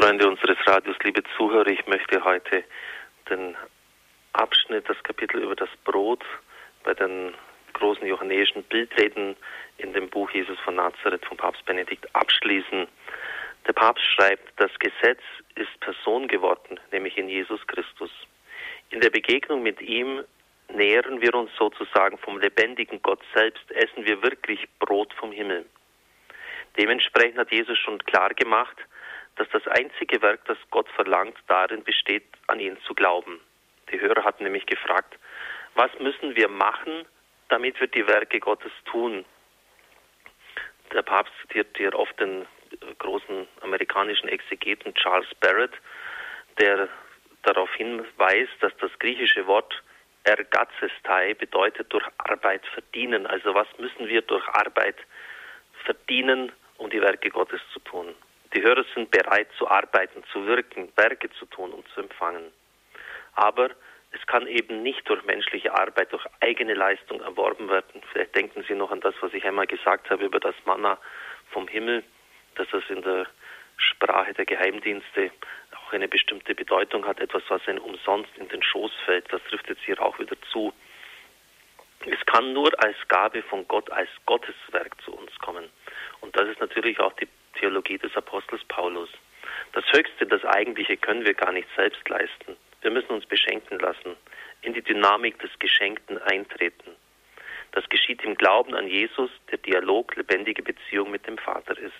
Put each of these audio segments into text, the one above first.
Freunde unseres Radios, liebe Zuhörer, ich möchte heute den Abschnitt, das Kapitel über das Brot bei den großen johannäischen Bildreden in dem Buch Jesus von Nazareth von Papst Benedikt abschließen. Der Papst schreibt, das Gesetz ist Person geworden, nämlich in Jesus Christus. In der Begegnung mit ihm nähren wir uns sozusagen vom lebendigen Gott selbst, essen wir wirklich Brot vom Himmel. Dementsprechend hat Jesus schon klar gemacht, dass das einzige Werk, das Gott verlangt, darin besteht, an ihn zu glauben. Die Hörer hatten nämlich gefragt, was müssen wir machen, damit wir die Werke Gottes tun? Der Papst zitiert hier oft den großen amerikanischen Exegeten Charles Barrett, der darauf hinweist, dass das griechische Wort ergazestai bedeutet durch Arbeit verdienen. Also was müssen wir durch Arbeit verdienen, um die Werke Gottes zu tun? Die Hörer sind bereit zu arbeiten, zu wirken, Werke zu tun und zu empfangen. Aber es kann eben nicht durch menschliche Arbeit, durch eigene Leistung erworben werden. Vielleicht denken Sie noch an das, was ich einmal gesagt habe über das Manna vom Himmel, dass es in der Sprache der Geheimdienste auch eine bestimmte Bedeutung hat, etwas, was einem umsonst in den Schoß fällt. Das trifft jetzt hier auch wieder zu. Es kann nur als Gabe von Gott, als Gotteswerk zu uns kommen. Und das ist natürlich auch die Theologie des Apostels Paulus. Das Höchste, das Eigentliche können wir gar nicht selbst leisten. Wir müssen uns beschenken lassen, in die Dynamik des Geschenkten eintreten. Das geschieht im Glauben an Jesus, der Dialog, lebendige Beziehung mit dem Vater ist.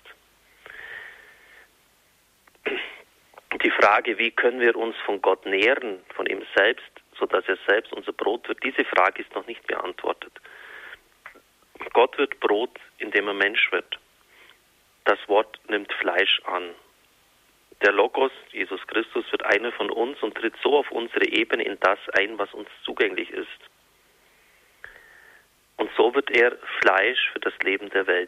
Die Frage, wie können wir uns von Gott nähren, von ihm selbst, sodass er selbst unser Brot wird, diese Frage ist noch nicht beantwortet. Gott wird Brot, indem er Mensch wird. Das Wort nimmt Fleisch an. Der Logos, Jesus Christus, wird einer von uns und tritt so auf unsere Ebene in das ein, was uns zugänglich ist. Und so wird er Fleisch für das Leben der Welt.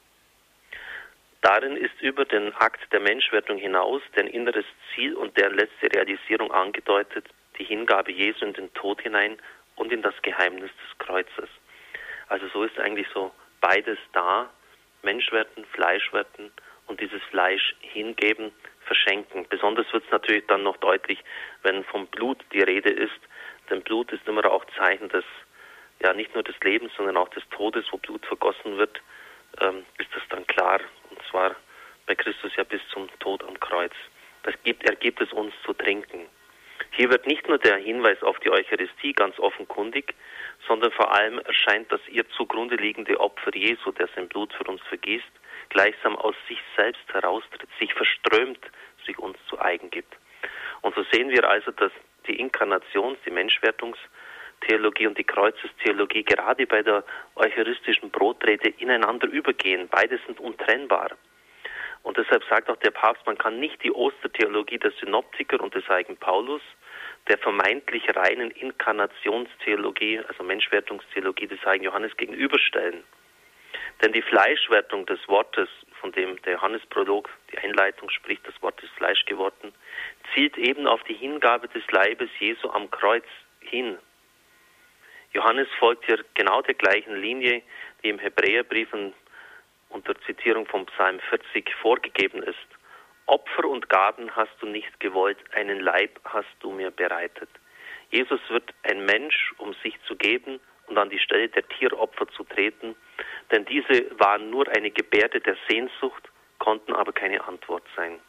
Darin ist über den Akt der Menschwerdung hinaus deren inneres Ziel und deren letzte Realisierung angedeutet, die Hingabe Jesu in den Tod hinein und in das Geheimnis des Kreuzes. Also so ist eigentlich so beides da, Mensch werden, Fleisch werden und dieses Fleisch hingeben, verschenken. Besonders wird es natürlich dann noch deutlich, wenn vom Blut die Rede ist, denn Blut ist immer auch Zeichen des, ja nicht nur des Lebens, sondern auch des Todes, wo Blut vergossen wird, ist das dann klar, und zwar bei Christus ja bis zum Tod am Kreuz. Er gibt es uns zu trinken. Hier wird nicht nur der Hinweis auf die Eucharistie ganz offenkundig, sondern vor allem erscheint das ihr zugrunde liegende Opfer Jesu, der sein Blut für uns vergießt, gleichsam aus sich selbst heraustritt, sich verströmt, sich uns zu eigen gibt. Und so sehen wir also, dass die Inkarnations-, die Menschwerdungstheologie und die Kreuzestheologie gerade bei der eucharistischen Brotrede ineinander übergehen. Beide sind untrennbar. Und deshalb sagt auch der Papst, man kann nicht die Ostertheologie der Synoptiker und des heiligen Paulus der vermeintlich reinen Inkarnationstheologie, also Menschwerdungstheologie des heiligen Johannes gegenüberstellen. Denn die Fleischwertung des Wortes, von dem der Johannesprolog, die Einleitung spricht, das Wort ist Fleisch geworden, zielt eben auf die Hingabe des Leibes Jesu am Kreuz hin. Johannes folgt hier genau der gleichen Linie, die im Hebräerbrief unter Zitierung vom Psalm 40 vorgegeben ist. Opfer und Gaben hast du nicht gewollt, einen Leib hast du mir bereitet. Jesus wird ein Mensch, um sich zu geben und an die Stelle der Tieropfer zu treten, denn diese waren nur eine Gebärde der Sehnsucht, konnten aber keine Antwort sein.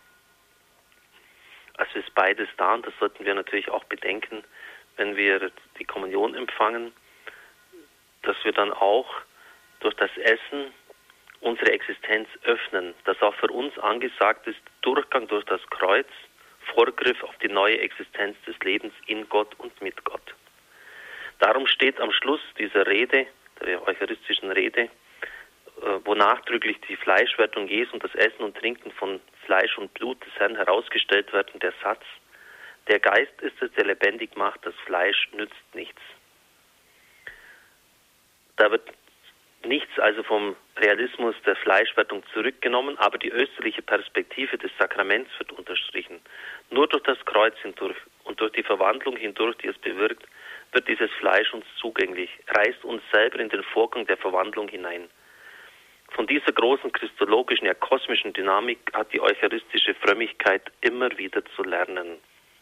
Also ist beides da, und das sollten wir natürlich auch bedenken, wenn wir die Kommunion empfangen, dass wir dann auch durch das Essen unsere Existenz öffnen, dass auch für uns angesagt ist, Durchgang durch das Kreuz, Vorgriff auf die neue Existenz des Lebens in Gott und mit Gott. Darum steht am Schluss dieser Rede, der eucharistischen Rede, wo nachdrücklich die Fleischwertung Jesu und das Essen und Trinken von Fleisch und Blut des Herrn herausgestellt werden, der Satz, der Geist ist es, der lebendig macht, das Fleisch nützt nichts. Da wird nichts also vom Realismus der Fleischwertung zurückgenommen, aber die österliche Perspektive des Sakraments wird unterstrichen. Nur durch das Kreuz hindurch und durch die Verwandlung hindurch, die es bewirkt, wird dieses Fleisch uns zugänglich, reißt uns selber in den Vorgang der Verwandlung hinein. Von dieser großen christologischen, ja kosmischen Dynamik hat die eucharistische Frömmigkeit immer wieder zu lernen.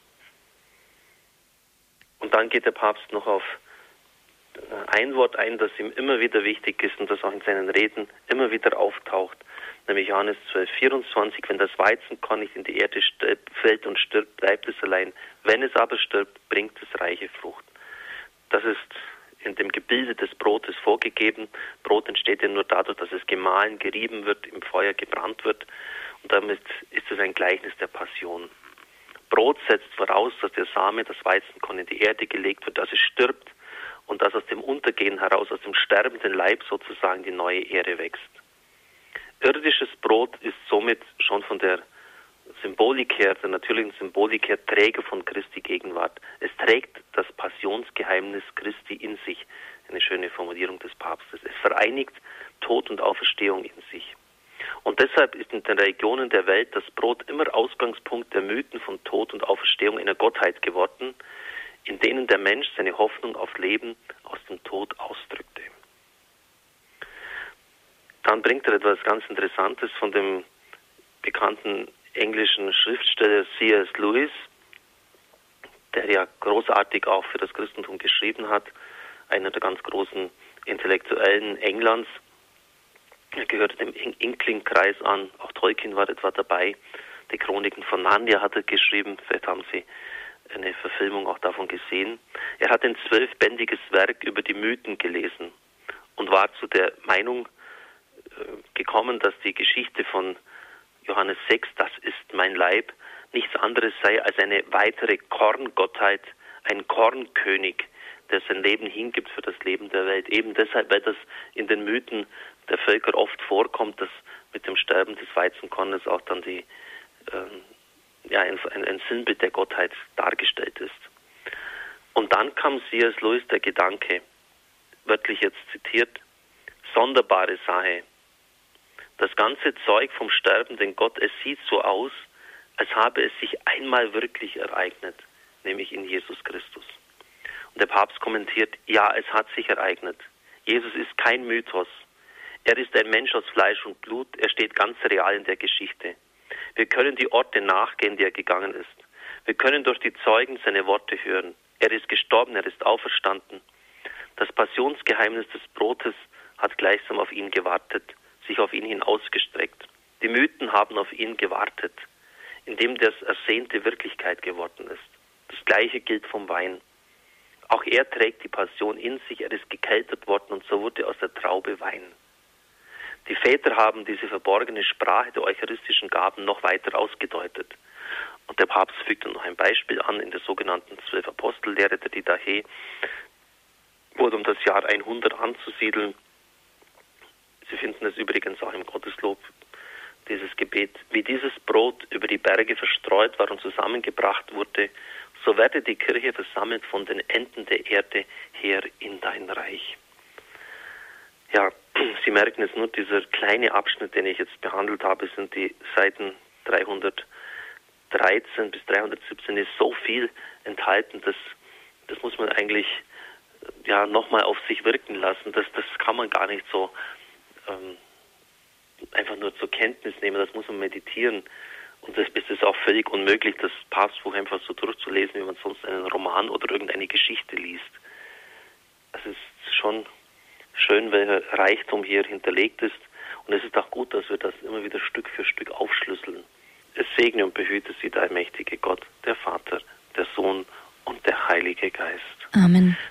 Und dann geht der Papst noch auf ein Wort ein, das ihm immer wieder wichtig ist und das auch in seinen Reden immer wieder auftaucht, nämlich Johannes 12,24, wenn das Weizenkorn nicht in die Erde fällt und stirbt, bleibt es allein. Wenn es aber stirbt, bringt es reiche Frucht. Das ist in dem Gebilde des Brotes vorgegeben. Brot entsteht ja nur dadurch, dass es gemahlen, gerieben wird, im Feuer gebrannt wird. Und damit ist es ein Gleichnis der Passion. Brot setzt voraus, dass der Same, das Weizenkorn in die Erde gelegt wird, dass es stirbt und dass aus dem Untergehen heraus, aus dem sterbenden Leib sozusagen die neue Ehre wächst. Irdisches Brot ist somit schon von der Symbolik her, der natürlichen Symbolik her, Träger von Christi Gegenwart. Es trägt das Passionsgeheimnis Christi in sich. Eine schöne Formulierung des Papstes. Es vereinigt Tod und Auferstehung in sich. Und deshalb ist in den Religionen der Welt das Brot immer Ausgangspunkt der Mythen von Tod und Auferstehung einer Gottheit geworden, in denen der Mensch seine Hoffnung auf Leben aus dem Tod ausdrückte. Dann bringt er etwas ganz Interessantes von dem bekannten englischen Schriftsteller C.S. Lewis, der ja großartig auch für das Christentum geschrieben hat, einer der ganz großen Intellektuellen Englands. Er gehörte dem Inkling-Kreis an, auch Tolkien war etwa dabei. Die Chroniken von Narnia hat er geschrieben, vielleicht haben Sie eine Verfilmung auch davon gesehen. Er hat ein 12-bändiges Werk über die Mythen gelesen und war zu der Meinung gekommen, dass die Geschichte von Johannes 6, das ist mein Leib, nichts anderes sei als eine weitere Korngottheit, ein Kornkönig, der sein Leben hingibt für das Leben der Welt. Eben deshalb, weil das in den Mythen der Völker oft vorkommt, dass mit dem Sterben des Weizenkornes auch dann ein Sinnbild der Gottheit dargestellt ist. Und dann kam C.S. Lewis der Gedanke, wörtlich jetzt zitiert, sonderbare Sache. Das ganze Zeug vom sterbenden Gott, es sieht so aus, als habe es sich einmal wirklich ereignet, nämlich in Jesus Christus. Und der Papst kommentiert, ja, es hat sich ereignet. Jesus ist kein Mythos. Er ist ein Mensch aus Fleisch und Blut. Er steht ganz real in der Geschichte. Wir können die Orte nachgehen, die er gegangen ist. Wir können durch die Zeugen seine Worte hören. Er ist gestorben, er ist auferstanden. Das Passionsgeheimnis des Brotes hat gleichsam auf ihn gewartet, sich auf ihn hin ausgestreckt. Die Mythen haben auf ihn gewartet, indem das Ersehnte Wirklichkeit geworden ist. Das Gleiche gilt vom Wein. Auch er trägt die Passion in sich, er ist gekeltert worden und so wurde aus der Traube Wein. Die Väter haben diese verborgene Sprache der eucharistischen Gaben noch weiter ausgedeutet. Und der Papst fügt dann noch ein Beispiel an in der sogenannten 12-Apostel-Lehre der Didache, wurde um das Jahr 100 anzusiedeln. Sie finden es übrigens auch im Gotteslob, dieses Gebet. Wie dieses Brot über die Berge verstreut war und zusammengebracht wurde, so werde die Kirche versammelt von den Enden der Erde her in dein Reich. Ja, Sie merken es nur, dieser kleine Abschnitt, den ich jetzt behandelt habe, sind die Seiten 313 bis 317, ist so viel enthalten, das muss man eigentlich nochmal auf sich wirken lassen. Das kann man gar nicht so einfach nur zur Kenntnis nehmen, das muss man meditieren. Und das ist es auch völlig unmöglich, das Papstbuch einfach so durchzulesen, wie man sonst einen Roman oder irgendeine Geschichte liest. Es ist schon schön, welcher Reichtum hier hinterlegt ist. Und es ist auch gut, dass wir das immer wieder Stück für Stück aufschlüsseln. Es segne und behüte Sie der allmächtige Gott, der Vater, der Sohn und der Heilige Geist. Amen.